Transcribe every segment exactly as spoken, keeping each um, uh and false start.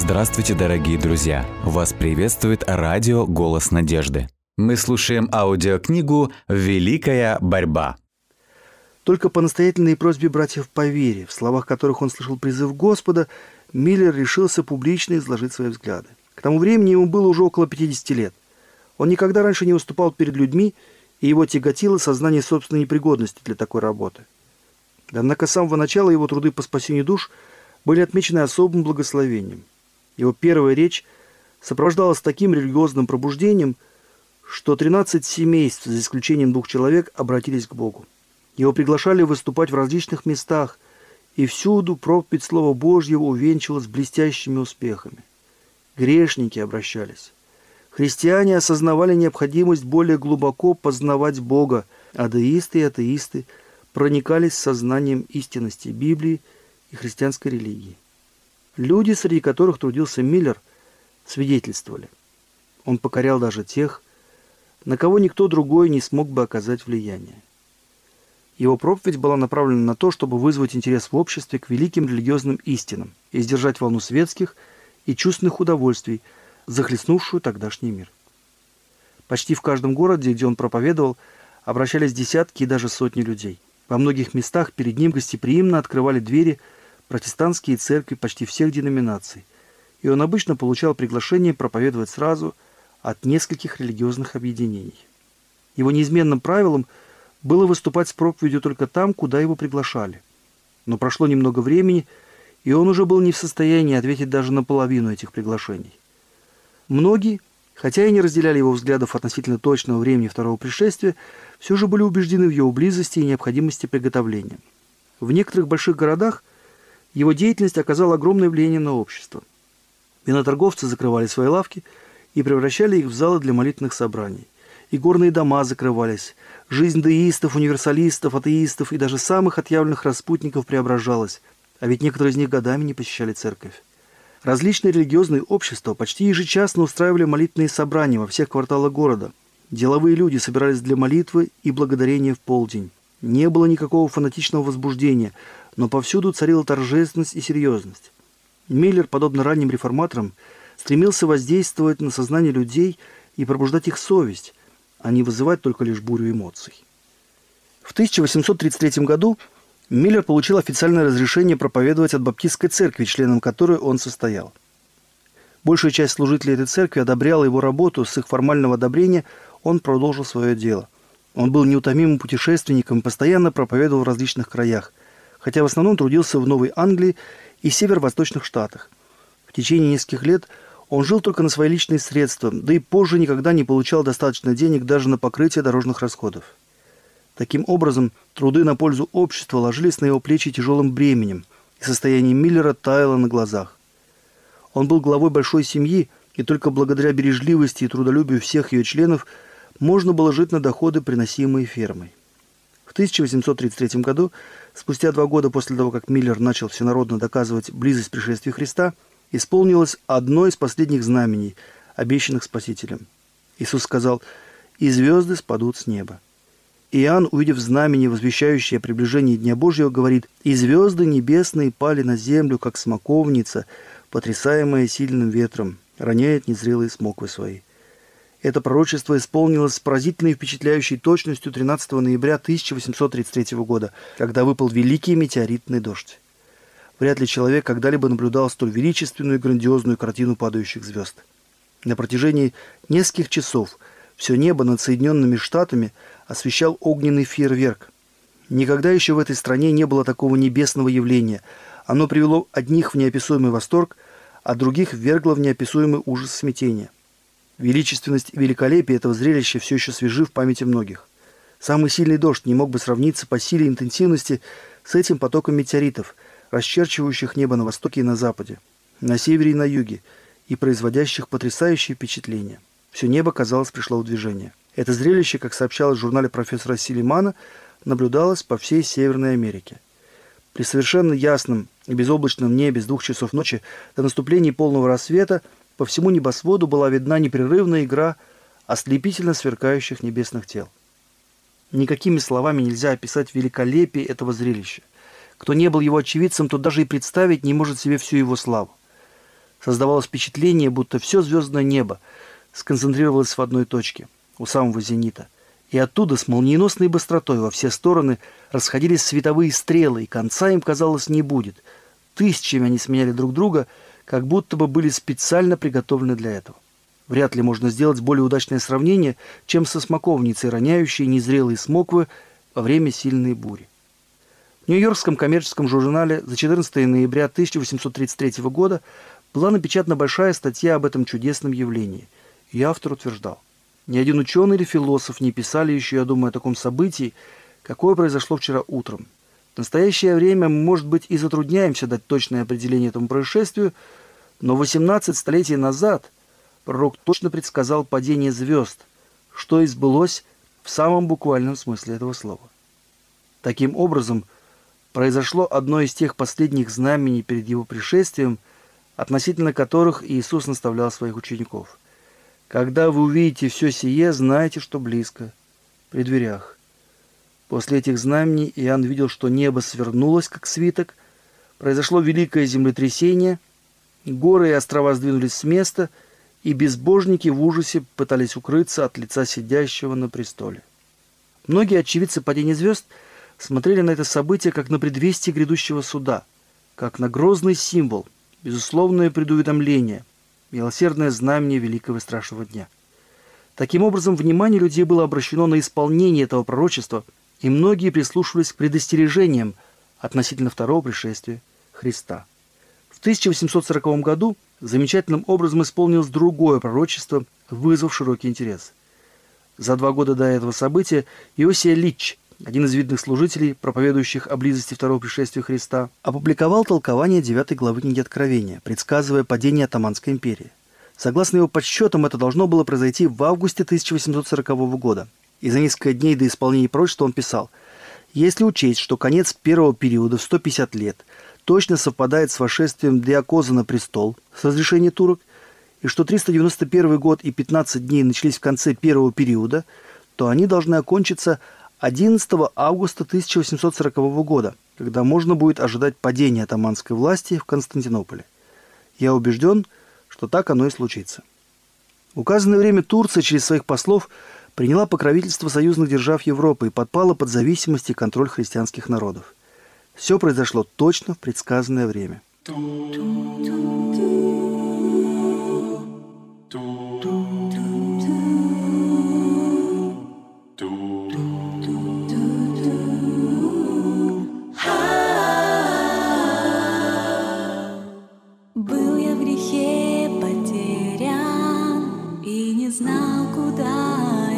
Здравствуйте, дорогие друзья! Вас приветствует радио «Голос надежды». Мы слушаем аудиокнигу «Великая борьба». Только по настоятельной просьбе братьев по вере, в словах которых он слышал призыв Господа, Миллер решился публично изложить свои взгляды. К тому времени ему было уже около пятидесяти лет. Он никогда раньше не выступал перед людьми, и его тяготило сознание собственной непригодности для такой работы. Однако с самого начала его труды по спасению душ были отмечены особым благословением. Его первая речь сопровождалась таким религиозным пробуждением, что тринадцать семейств, за исключением двух человек, обратились к Богу. Его приглашали выступать в различных местах, и всюду проповедь Слова Божьего увенчалась блестящими успехами. Грешники обращались. Христиане осознавали необходимость более глубоко познавать Бога, а деисты и атеисты проникались сознанием истинности Библии и христианской религии. Люди, среди которых трудился Миллер, свидетельствовали. Он покорял даже тех, на кого никто другой не смог бы оказать влияние. Его проповедь была направлена на то, чтобы вызвать интерес в обществе к великим религиозным истинам и сдержать волну светских и чувственных удовольствий, захлестнувшую тогдашний мир. Почти в каждом городе, где он проповедовал, обращались десятки и даже сотни людей. Во многих местах перед ним гостеприимно открывали двери протестантские церкви почти всех деноминаций, и он обычно получал приглашение проповедовать сразу от нескольких религиозных объединений. Его неизменным правилом было выступать с проповедью только там, куда его приглашали. Но прошло немного времени, и он уже был не в состоянии ответить даже на половину этих приглашений. Многие, хотя и не разделяли его взглядов относительно точного времени второго пришествия, все же были убеждены в его близости и необходимости приготовления. В некоторых больших городах его деятельность оказала огромное влияние на общество. Виноторговцы закрывали свои лавки и превращали их в залы для молитвенных собраний. И горные дома закрывались. Жизнь деистов, универсалистов, атеистов и даже самых отъявленных распутников преображалась, а ведь некоторые из них годами не посещали церковь. Различные религиозные общества почти ежечасно устраивали молитвенные собрания во всех кварталах города. Деловые люди собирались для молитвы и благодарения в полдень. Не было никакого фанатичного возбуждения, но повсюду царила торжественность и серьезность. Миллер, подобно ранним реформаторам, стремился воздействовать на сознание людей и пробуждать их совесть, а не вызывать только лишь бурю эмоций. В тысяча восемьсот тридцать третьем году Миллер получил официальное разрешение проповедовать от баптистской церкви, членом которой он состоял. Большая часть служителей этой церкви одобряла его работу, с их формального одобрения он продолжил свое дело. Он был неутомимым путешественником и постоянно проповедовал в различных краях, хотя в основном трудился в Новой Англии и северо-восточных штатах. В течение нескольких лет он жил только на свои личные средства, да и позже никогда не получал достаточно денег даже на покрытие дорожных расходов. Таким образом, труды на пользу общества ложились на его плечи тяжелым бременем, и состояние Миллера таяло на глазах. Он был главой большой семьи, и только благодаря бережливости и трудолюбию всех ее членов можно было жить на доходы, приносимые фермой. В тысяча восемьсот тридцать третьем году, спустя два года после того, как Миллер начал всенародно доказывать близость пришествия Христа, исполнилось одно из последних знамений, обещанных Спасителем. Иисус сказал: «И звезды спадут с неба». Иоанн, увидев знамение, возвещающее о приближении Дня Божьего, говорит: «И звезды небесные пали на землю, как смоковница, потрясаемая сильным ветром, роняет незрелые смоквы свои». Это пророчество исполнилось с поразительной и впечатляющей точностью тринадцатого ноября тысяча восемьсот тридцать третьего года, когда выпал великий метеоритный дождь. Вряд ли человек когда-либо наблюдал столь величественную и грандиозную картину падающих звезд. На протяжении нескольких часов все небо над Соединенными Штатами освещал огненный фейерверк. Никогда еще в этой стране не было такого небесного явления. Оно привело одних в неописуемый восторг, а других ввергло в неописуемый ужас смятения. Величественность и великолепие этого зрелища все еще свежи в памяти многих. Самый сильный дождь не мог бы сравниться по силе и интенсивности с этим потоком метеоритов, расчерчивающих небо на востоке и на западе, на севере и на юге, и производящих потрясающее впечатление. Все небо, казалось, пришло в движение. Это зрелище, как сообщалось в журнале профессора Силимана, наблюдалось по всей Северной Америке. При совершенно ясном и безоблачном небе с двух часов ночи до наступления полного рассвета по всему небосводу была видна непрерывная игра ослепительно сверкающих небесных тел. Никакими словами нельзя описать великолепие этого зрелища. Кто не был его очевидцем, тот даже и представить не может себе всю его славу. Создавалось впечатление, будто все звездное небо сконцентрировалось в одной точке, у самого зенита. И оттуда с молниеносной быстротой во все стороны расходились световые стрелы, и конца им, казалось, не будет. Тысячами они сменяли друг друга, как будто бы были специально приготовлены для этого. Вряд ли можно сделать более удачное сравнение, чем со смоковницей, роняющей незрелые смоквы во время сильной бури. В Нью-Йоркском коммерческом журнале за четырнадцатое ноября тысяча восемьсот тридцать третьего года была напечатана большая статья об этом чудесном явлении. И автор утверждал: ни один ученый или философ не писали еще, я думаю, о таком событии, какое произошло вчера утром. В настоящее время мы, может быть, и затрудняемся дать точное определение этому происшествию, но восемнадцать столетий назад пророк точно предсказал падение звезд, что и сбылось в самом буквальном смысле этого слова. Таким образом, произошло одно из тех последних знамений перед его пришествием, относительно которых Иисус наставлял своих учеников. «Когда вы увидите все сие, знайте, что близко, при дверях». После этих знамений Иоанн видел, что небо свернулось, как свиток, произошло великое землетрясение, горы и острова сдвинулись с места, и безбожники в ужасе пытались укрыться от лица сидящего на престоле. Многие очевидцы падения звезд смотрели на это событие как на предвестие грядущего суда, как на грозный символ, безусловное предуведомление, милосердное знамение великого и страшного дня. Таким образом, внимание людей было обращено на исполнение этого пророчества, и многие прислушивались к предостережениям относительно второго пришествия Христа. В тысяча восемьсот сороковом году замечательным образом исполнилось другое пророчество, вызвав широкий интерес. За два года до этого события Иосия Лич, один из видных служителей, проповедующих о близости второго пришествия Христа, опубликовал толкование девятой главы книги Откровения, предсказывая падение Оттоманской империи. Согласно его подсчетам, это должно было произойти в августе тысяча восемьсот сорокового года. И за несколько дней до исполнения пророчества он писал: «Если учесть, что конец первого периода в сто пятьдесят лет точно совпадает с восшествием Диокоза на престол с разрешения турок, и что триста девяносто первый год и пятнадцать дней начались в конце первого периода, то они должны окончиться одиннадцатого августа тысяча восемьсот сорокового года, когда можно будет ожидать падения оттоманской власти в Константинополе. Я убежден, что так оно и случится». В указанное время Турция через своих послов приняла покровительство союзных держав Европы и подпала под зависимость и контроль христианских народов. Все произошло точно в предсказанное время. Был я в грехе потерян и не знал, куда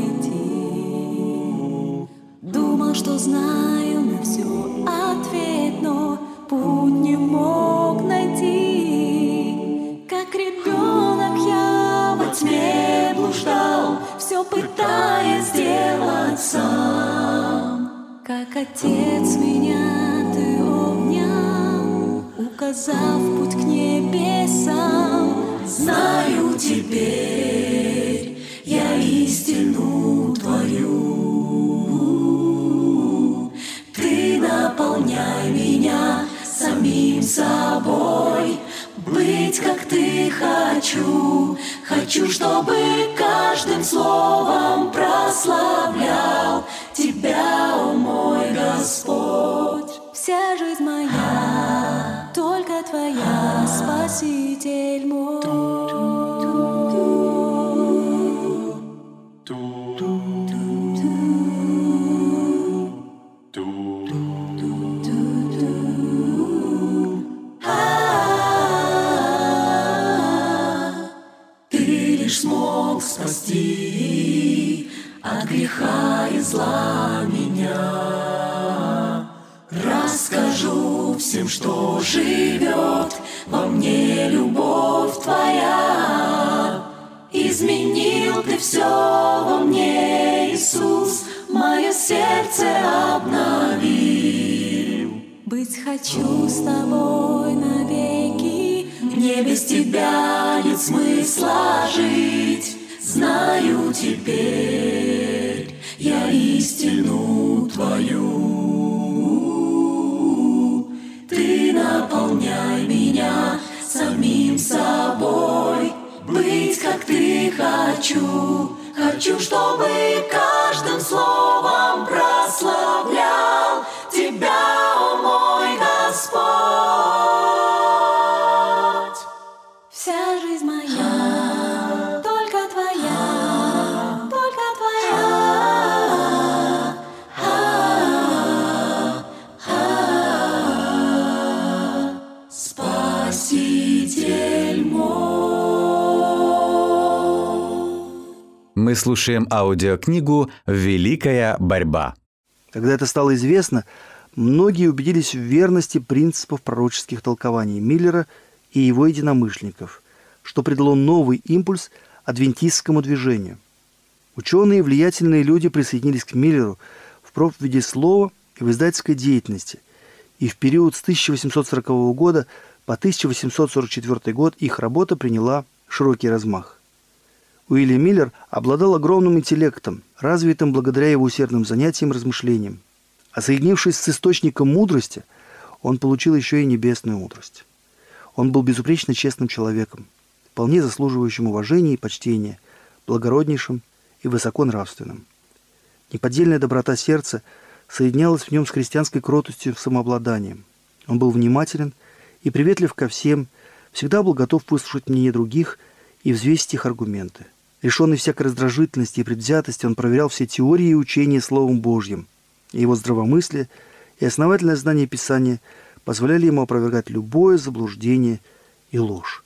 идти. Думал, что знаю на все ответ, но путь не мог найти. Как ребенок я во тьме блуждал, все пытаясь сделать сам. Как отец меня ты обнял, указав путь к небесам. Знаю теперь я истину твою. Ты наполняй меня самим собой, быть как ты хочу. Хочу, чтобы каждым словом прославлял тебя, о мой Господь. Вся жизнь моя только твоя, Спаситель мой. Смог спасти от греха и зла меня. Расскажу всем, что живет во мне любовь твоя. Изменил ты все во мне, Иисус, мое сердце обновил. Быть хочу с тобой навеки, мне без тебя нет смысла жить. Знаю теперь я истину твою. Ты наполняй меня самим собой. ты хочу, хочу, чтобы каждым словом прославлял Тебя, о мой Господь. Вся жизнь моя, только Твоя, только Твоя. Спаситель мой. Мы слушаем аудиокнигу «Великая борьба». Когда это стало известно, многие убедились в верности принципов пророческих толкований Миллера и его единомышленников, что придало новый импульс адвентистскому движению. Ученые и влиятельные люди присоединились к Миллеру в проповеди слова и в издательской деятельности, и в период с тысяча восемьсот сорокового года по тысяча восемьсот сорок четвёртый год их работа приняла широкий размах. Уильям Миллер обладал огромным интеллектом, развитым благодаря его усердным занятиям и размышлениям. А соединившись с источником мудрости, он получил еще и небесную мудрость. Он был безупречно честным человеком, вполне заслуживающим уважения и почтения, благороднейшим и высоконравственным. Неподдельная доброта сердца соединялась в нем с христианской кротостью и самообладанием. Он был внимателен и приветлив ко всем, всегда был готов выслушать мнение других и взвесить их аргументы. Лишенный всякой раздражительности и предвзятости, он проверял все теории и учения Словом Божьим, и его здравомыслие и основательное знание Писания позволяли ему опровергать любое заблуждение и ложь.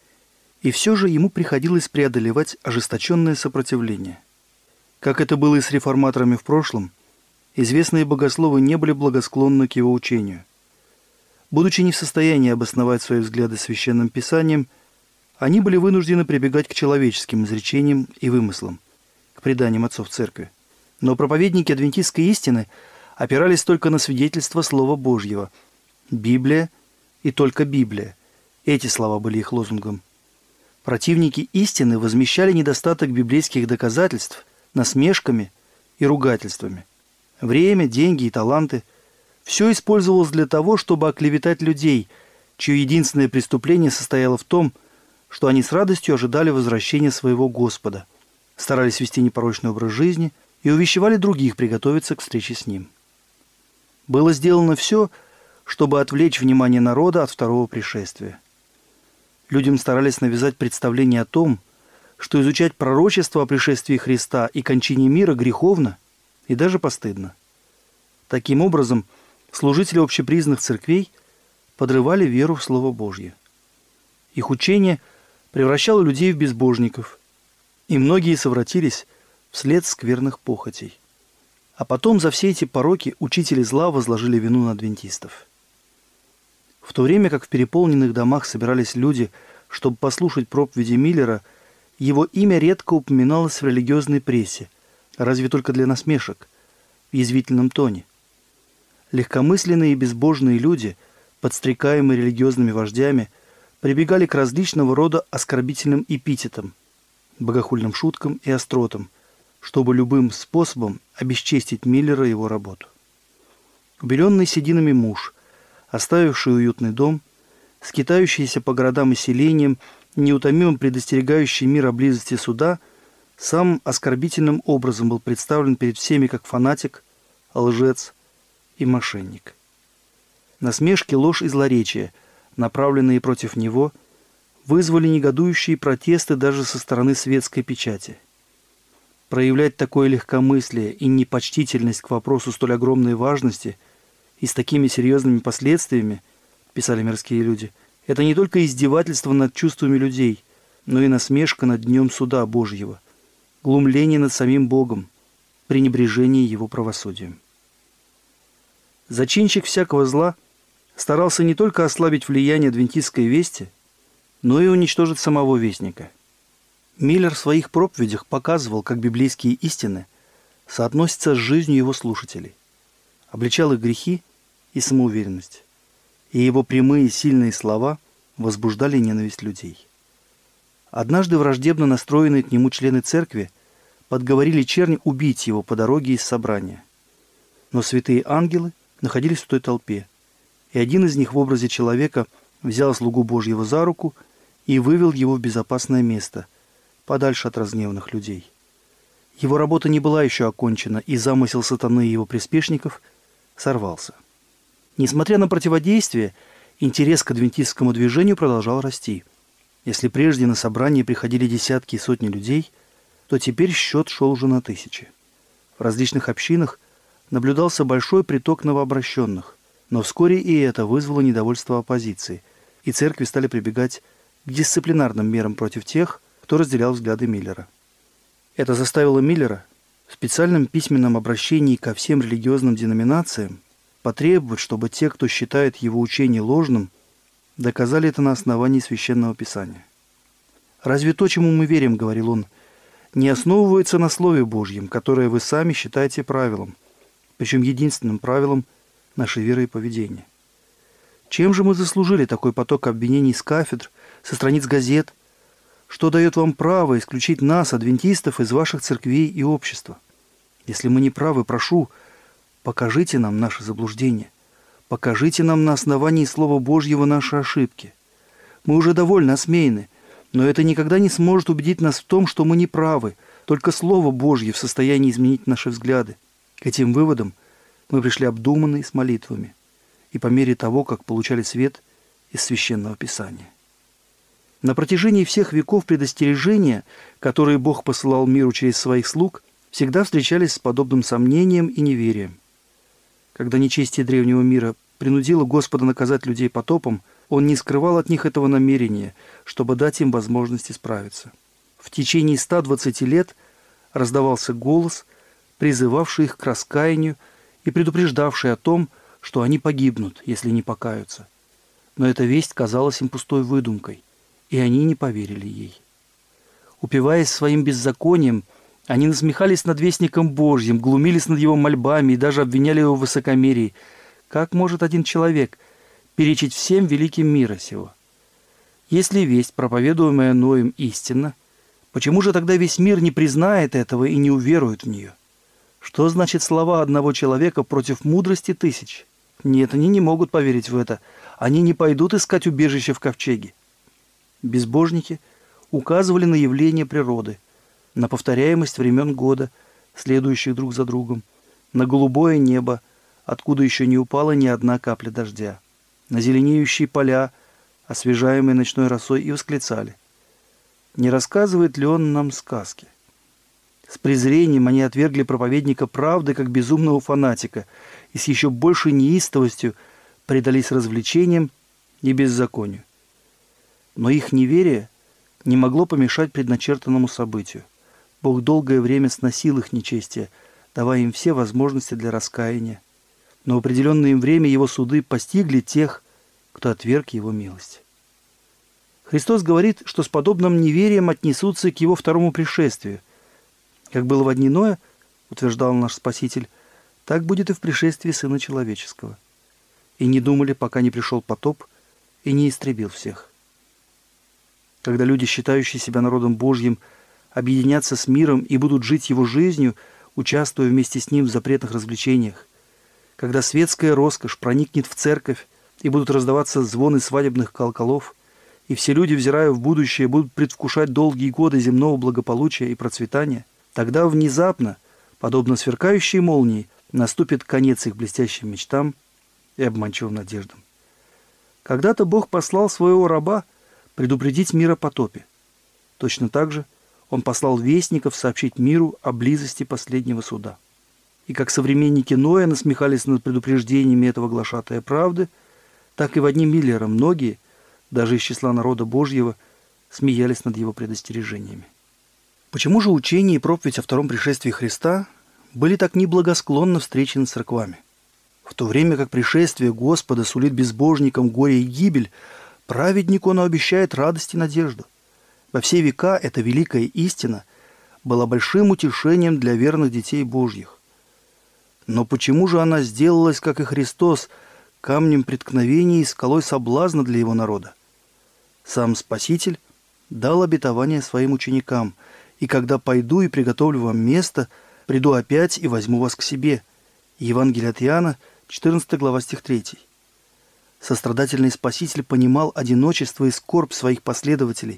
И все же ему приходилось преодолевать ожесточенное сопротивление. Как это было и с реформаторами в прошлом, известные богословы не были благосклонны к его учению. Будучи не в состоянии обосновать свои взгляды священным писанием, они были вынуждены прибегать к человеческим изречениям и вымыслам, к преданиям отцов церкви. Но проповедники адвентистской истины опирались только на свидетельство Слова Божьего. Библия и только Библия. Эти слова были их лозунгом. Противники истины возмещали недостаток библейских доказательств насмешками и ругательствами. Время, деньги и таланты – все использовалось для того, чтобы оклеветать людей, чье единственное преступление состояло в том, что они с радостью ожидали возвращения своего Господа, старались вести непорочный образ жизни и увещевали других приготовиться к встрече с Ним. Было сделано все, чтобы отвлечь внимание народа от второго пришествия. Людям старались навязать представление о том, что изучать пророчество о пришествии Христа и кончине мира греховно и даже постыдно. Таким образом, служители общепризнанных церквей подрывали веру в Слово Божье. Их учение превращало людей в безбожников, и многие совратились вслед скверных похотей. А потом за все эти пороки учители зла возложили вину на адвентистов. В то время как в переполненных домах собирались люди, чтобы послушать проповеди Миллера, его имя редко упоминалось в религиозной прессе, разве только для насмешек, в язвительном тоне. Легкомысленные и безбожные люди, подстрекаемые религиозными вождями, прибегали к различного рода оскорбительным эпитетам, богохульным шуткам и остротам, чтобы любым способом обесчестить Миллера и его работу. Убеленный сединами муж, оставивший уютный дом, скитающийся по городам и селениям, неутомимо предостерегающий мир о близости суда, самым оскорбительным образом был представлен перед всеми как фанатик, лжец и мошенник. Насмешки, ложь и злоречие, направленные против него, вызвали негодующие протесты даже со стороны светской печати. Проявлять такое легкомыслие и непочтительность к вопросу столь огромной важности и с такими серьезными последствиями, писали мирские люди, это не только издевательство над чувствами людей, но и насмешка над днем суда Божьего, глумление над самим Богом, пренебрежение его правосудием. Зачинщик всякого зла старался не только ослабить влияние адвентистской вести, но и уничтожить самого вестника. Миллер в своих проповедях показывал, как библейские истины соотносятся с жизнью его слушателей, обличал их грехи и самоуверенность, и его прямые сильные слова возбуждали ненависть людей. Однажды враждебно настроенные к нему члены церкви подговорили черни убить его по дороге из собрания. Но святые ангелы находились в той толпе, и один из них в образе человека взял слугу Божьего за руку и вывел его в безопасное место, подальше от разгневанных людей. Его работа не была еще окончена, и замысел сатаны и его приспешников сорвался. Несмотря на противодействие, интерес к адвентистскому движению продолжал расти. Если прежде на собрания приходили десятки и сотни людей, то теперь счет шел уже на тысячи. В различных общинах наблюдался большой приток новообращенных, но вскоре и это вызвало недовольство оппозиции, и церкви стали прибегать к дисциплинарным мерам против тех, кто разделял взгляды Миллера. Это заставило Миллера в специальном письменном обращении ко всем религиозным деноминациям потребовать, чтобы те, кто считает его учение ложным, доказали это на основании Священного Писания. «Разве то, чему мы верим, — говорил он, — не основывается на Слове Божьем, которое вы сами считаете правилом, причем единственным правилом нашей веры и поведения? Чем же мы заслужили такой поток обвинений с кафедр, со страниц газет? Что дает вам право исключить нас, адвентистов, из ваших церквей и общества? Если мы не правы, прошу, покажите нам наши заблуждения. Покажите нам на основании Слова Божьего наши ошибки. Мы уже довольно осмеяны, но это никогда не сможет убедить нас в том, что мы не правы. Только Слово Божье в состоянии изменить наши взгляды. К этим выводам мы пришли обдуманные с молитвами и по мере того, как получали свет из Священного Писания. На протяжении всех веков предостережения, которые Бог посылал миру через своих слуг, всегда встречались с подобным сомнением и неверием. Когда нечестие древнего мира принудило Господа наказать людей потопом, Он не скрывал от них этого намерения, чтобы дать им возможность исправиться. В течение ста двадцати лет раздавался голос, призывавший их к раскаянию и предупреждавший о том, что они погибнут, если не покаются. Но эта весть казалась им пустой выдумкой, и они не поверили ей. Упиваясь своим беззаконием, они насмехались над вестником Божьим, глумились над его мольбами и даже обвиняли его в высокомерии. Как может один человек перечить всем великим мира сего? Если весть, проповедуемая Ноем, истинна, почему же тогда весь мир не признает этого и не уверует в нее? Что значит слова одного человека против мудрости тысяч? Нет, они не могут поверить в это. Они не пойдут искать убежище в ковчеге. Безбожники указывали на явление природы, на повторяемость времен года, следующих друг за другом, на голубое небо, откуда еще не упала ни одна капля дождя, на зеленеющие поля, освежаемые ночной росой, и восклицали: «Не рассказывает ли он нам сказки?» С презрением они отвергли проповедника правды как безумного фанатика и с еще большей неистовостью предались развлечениям и беззаконию. Но их неверие не могло помешать предначертанному событию. Бог долгое время сносил их нечестие, давая им все возможности для раскаяния. Но в определенное им время его суды постигли тех, кто отверг его милость. Христос говорит, что с подобным неверием отнесутся к его второму пришествию. Как было во дни Ноя, утверждал наш Спаситель, так будет и в пришествии Сына Человеческого. И не думали, пока не пришел потоп и не истребил всех. Когда люди, считающие себя народом Божьим, объединятся с миром и будут жить его жизнью, участвуя вместе с ним в запретных развлечениях, когда светская роскошь проникнет в церковь и будут раздаваться звоны свадебных колоколов, и все люди, взирая в будущее, будут предвкушать долгие годы земного благополучия и процветания, тогда внезапно, подобно сверкающей молнии, наступит конец их блестящим мечтам и обманчивым надеждам. Когда-то Бог послал своего раба предупредить мир о потопе. Точно так же Он послал вестников сообщить миру о близости последнего суда. И как современники Ноя насмехались над предупреждениями этого глашатая правды, так и в дни Миллера многие, даже из числа народа Божьего, смеялись над его предостережениями. Почему же учение и проповедь о втором пришествии Христа были так неблагосклонно встречены церквами? В то время как пришествие Господа сулит безбожникам горе и гибель, праведнику оно обещает радость и надежду. Во все века эта великая истина была большим утешением для верных детей Божьих. Но почему же она сделалась, как и Христос, камнем преткновения и скалой соблазна для его народа? Сам Спаситель дал обетование своим ученикам: «И когда пойду и приготовлю вам место, приду опять и возьму вас к себе». Евангелие от Иоанна, четырнадцатая глава, стих третий. Сострадательный Спаситель понимал одиночество и скорбь своих последователей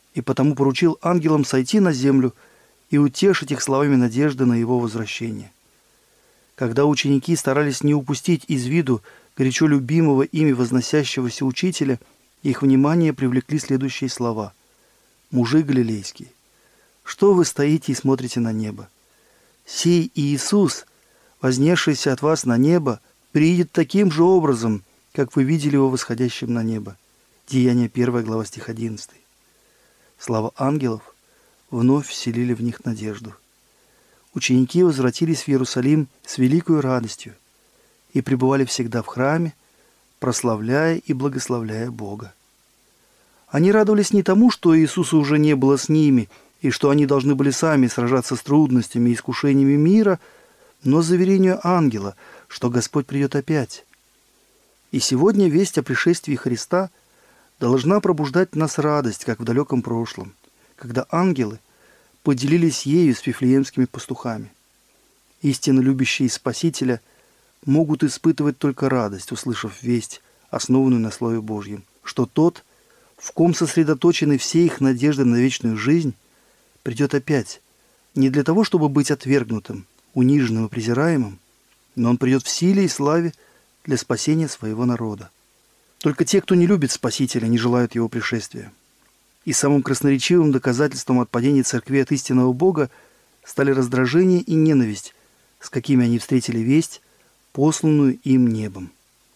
и потому поручил ангелам сойти на землю и утешить их словами надежды на его возвращение. Когда ученики старались не упустить из виду горячо любимого ими возносящегося учителя, их внимание привлекли следующие слова. «Мужи галилейские, что вы стоите и смотрите на небо? Сей Иисус, вознесшийся от вас на небо, приидет таким же образом, как вы видели его восходящим на небо». Деяние первая глава, стих одиннадцатый. Слова ангелов вновь вселили в них надежду. Ученики возвратились в Иерусалим с великой радостью и пребывали всегда в храме, прославляя и благословляя Бога. Они радовались не тому, что Иисуса уже не было с ними, и что они должны были сами сражаться с трудностями и искушениями мира, но заверению ангела, что Господь придет опять. И сегодня весть о пришествии Христа должна пробуждать в нас радость, как в далеком прошлом, когда ангелы поделились ею с вифлеемскими пастухами. Истинно любящие Спасителя могут испытывать только радость, услышав весть, основанную на Слове Божьем, что Тот, в ком сосредоточены все их надежды на вечную жизнь, придет опять, не для того, чтобы быть отвергнутым, униженным и презираемым, но Он придет в силе и славе для спасения своего народа. Только те, кто не любит Спасителя, не желают Его пришествия. И самым красноречивым доказательством отпадения церкви от истинного Бога стали раздражение и ненависть, с какими они встретили весть, посланную им небом.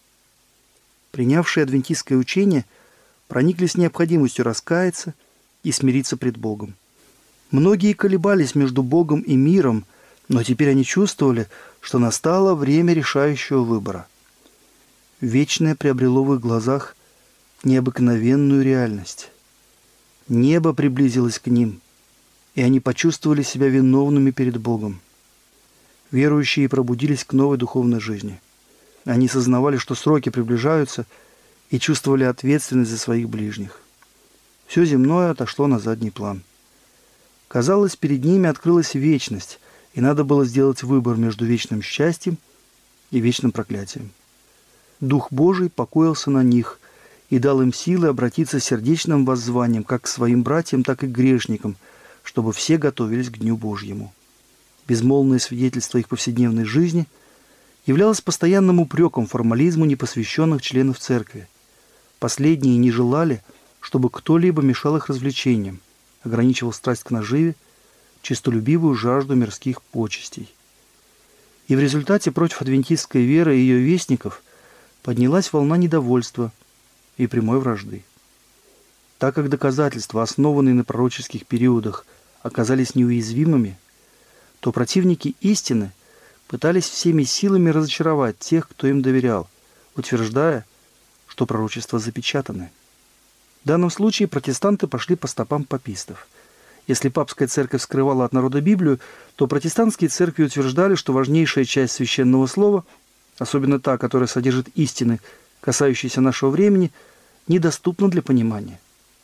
Принявшие адвентистское учение прониклись необходимостью раскаяться и смириться пред Богом. Многие колебались между Богом и миром, но теперь они чувствовали, что настало время решающего выбора. Вечное приобрело в их глазах необыкновенную реальность. Небо приблизилось к ним, и они почувствовали себя виновными перед Богом. Верующие пробудились к новой духовной жизни. Они сознавали, что сроки приближаются, и чувствовали ответственность за своих ближних. Все земное отошло на задний план. Казалось, перед ними открылась вечность, и надо было сделать выбор между вечным счастьем и вечным проклятием. Дух Божий покоился на них и дал им силы обратиться сердечным воззванием как к своим братьям, так и к грешникам, чтобы все готовились к Дню Божьему. Безмолвное свидетельство их повседневной жизни являлось постоянным упреком формализму непосвященных членов церкви. Последние не желали, чтобы кто-либо мешал их развлечениям, ограничивал страсть к наживе, честолюбивую жажду мирских почестей. И в результате против адвентистской веры и ее вестников поднялась волна недовольства и прямой вражды. Так как доказательства, основанные на пророческих периодах, оказались неуязвимыми, то противники истины пытались всеми силами разочаровать тех, кто им доверял, утверждая, что пророчества запечатаны. В данном случае протестанты пошли по стопам папистов. Если папская церковь скрывала от народа Библию, то протестантские церкви утверждали, что важнейшая часть священного слова, особенно та, которая содержит истины, касающиеся нашего времени, недоступна для понимания.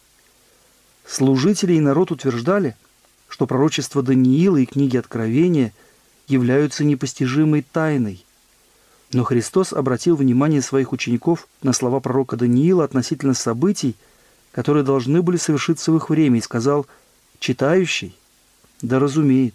Служители и народ утверждали, что пророчества Даниила и книги Откровения являются непостижимой тайной. Но Христос обратил внимание своих учеников на слова пророка Даниила относительно событий, которые должны были совершиться в их время, и сказал: «Читающий да разумеет».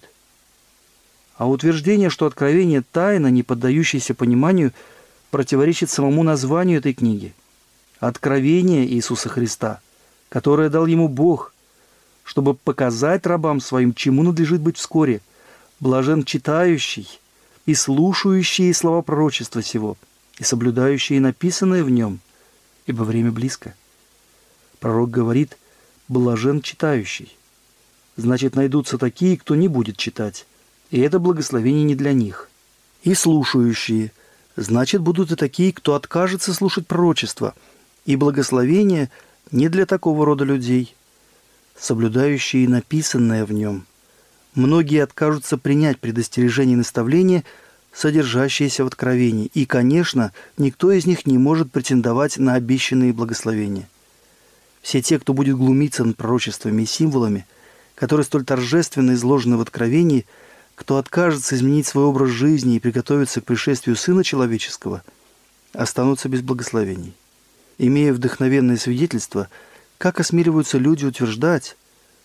А утверждение, что Откровение – тайна, не поддающаяся пониманию, противоречит самому названию этой книги. Откровение Иисуса Христа, которое дал ему Бог, чтобы показать рабам своим, чему надлежит быть вскоре. Блажен читающий и слушающие слова пророчества сего, и соблюдающие написанное в нем, ибо время близко. Пророк говорит: блажен читающий. Значит, найдутся такие, кто не будет читать, и это благословение не для них. И слушающие. Значит, будут и такие, кто откажется слушать пророчество, и благословение не для такого рода людей. Соблюдающие написанное в нем. Многие откажутся принять предостережение и наставления, содержащиеся в Откровении, и, конечно, никто из них не может претендовать на обещанные благословения. Все те, кто будет глумиться над пророчествами и символами, которые столь торжественно изложены в Откровении, кто откажется изменить свой образ жизни и приготовиться к пришествию Сына Человеческого, останутся без благословений. Имея вдохновенное свидетельство, как осмеливаются люди утверждать,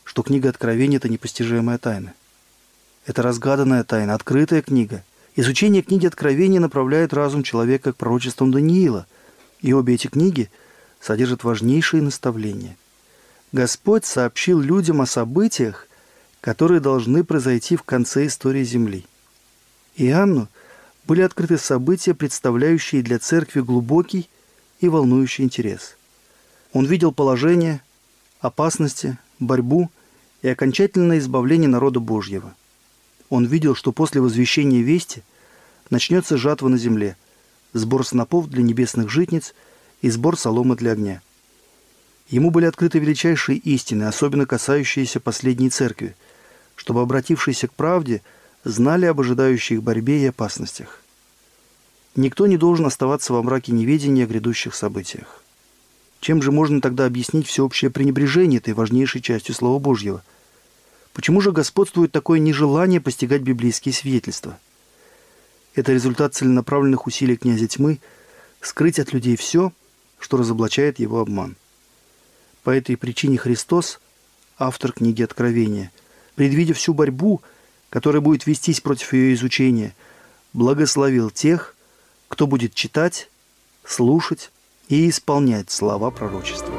что книга Откровения – это непостижимая тайна. Это разгаданная тайна, открытая книга. Изучение книги Откровения направляет разум человека к пророчествам Даниила, и обе эти книги содержат важнейшие наставления. Господь сообщил людям о событиях, которые должны произойти в конце истории Земли. Иоанну были открыты события, представляющие для церкви глубокий и волнующий интерес. Он видел положение, опасности, борьбу и окончательное избавление народа Божьего. Он видел, что после возвещения вести начнется жатва на земле, сбор снопов для небесных житниц и сбор соломы для огня. Ему были открыты величайшие истины, особенно касающиеся последней церкви, чтобы обратившиеся к правде знали об ожидающей их борьбе и опасностях. Никто не должен оставаться во мраке неведения о грядущих событиях. Чем же можно тогда объяснить всеобщее пренебрежение этой важнейшей частью Слова Божьего? Почему же господствует такое нежелание постигать библейские свидетельства? Это результат целенаправленных усилий князя тьмы скрыть от людей все, что разоблачает его обман. По этой причине Христос, автор книги Откровения, предвидя всю борьбу, которая будет вестись против ее изучения, благословил тех, кто будет читать, слушать и исполнять слова пророчества.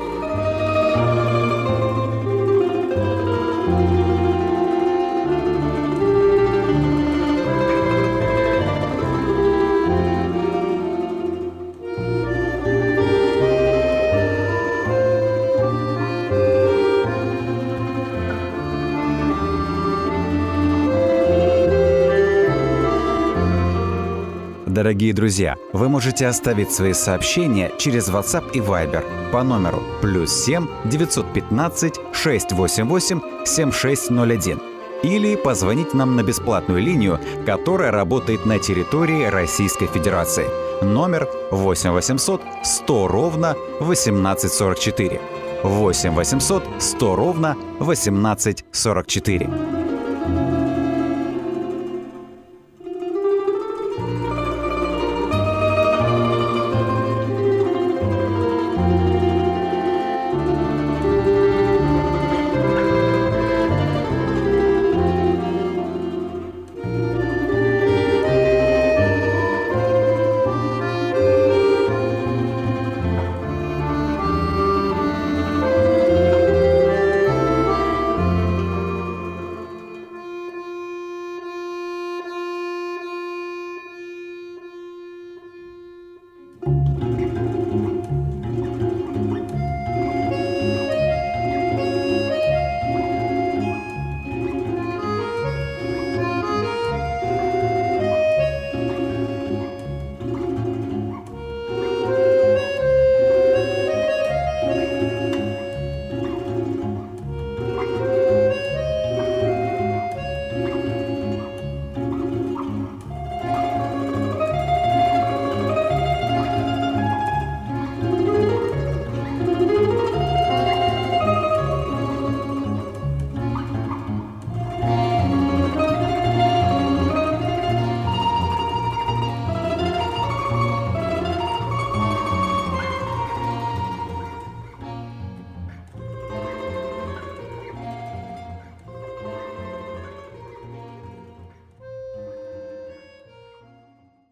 Дорогие друзья, вы можете оставить свои сообщения через WhatsApp и Viber по номеру плюс семь девятьсот пятнадцать шестьсот восемьдесят восемь семьдесят шесть ноль один или позвонить нам на бесплатную линию, которая работает на территории Российской Федерации. Номер восемь восемьсот сто ровно восемнадцать сорок четыре. восемь восемьсот сто ровно восемнадцать сорок четыре.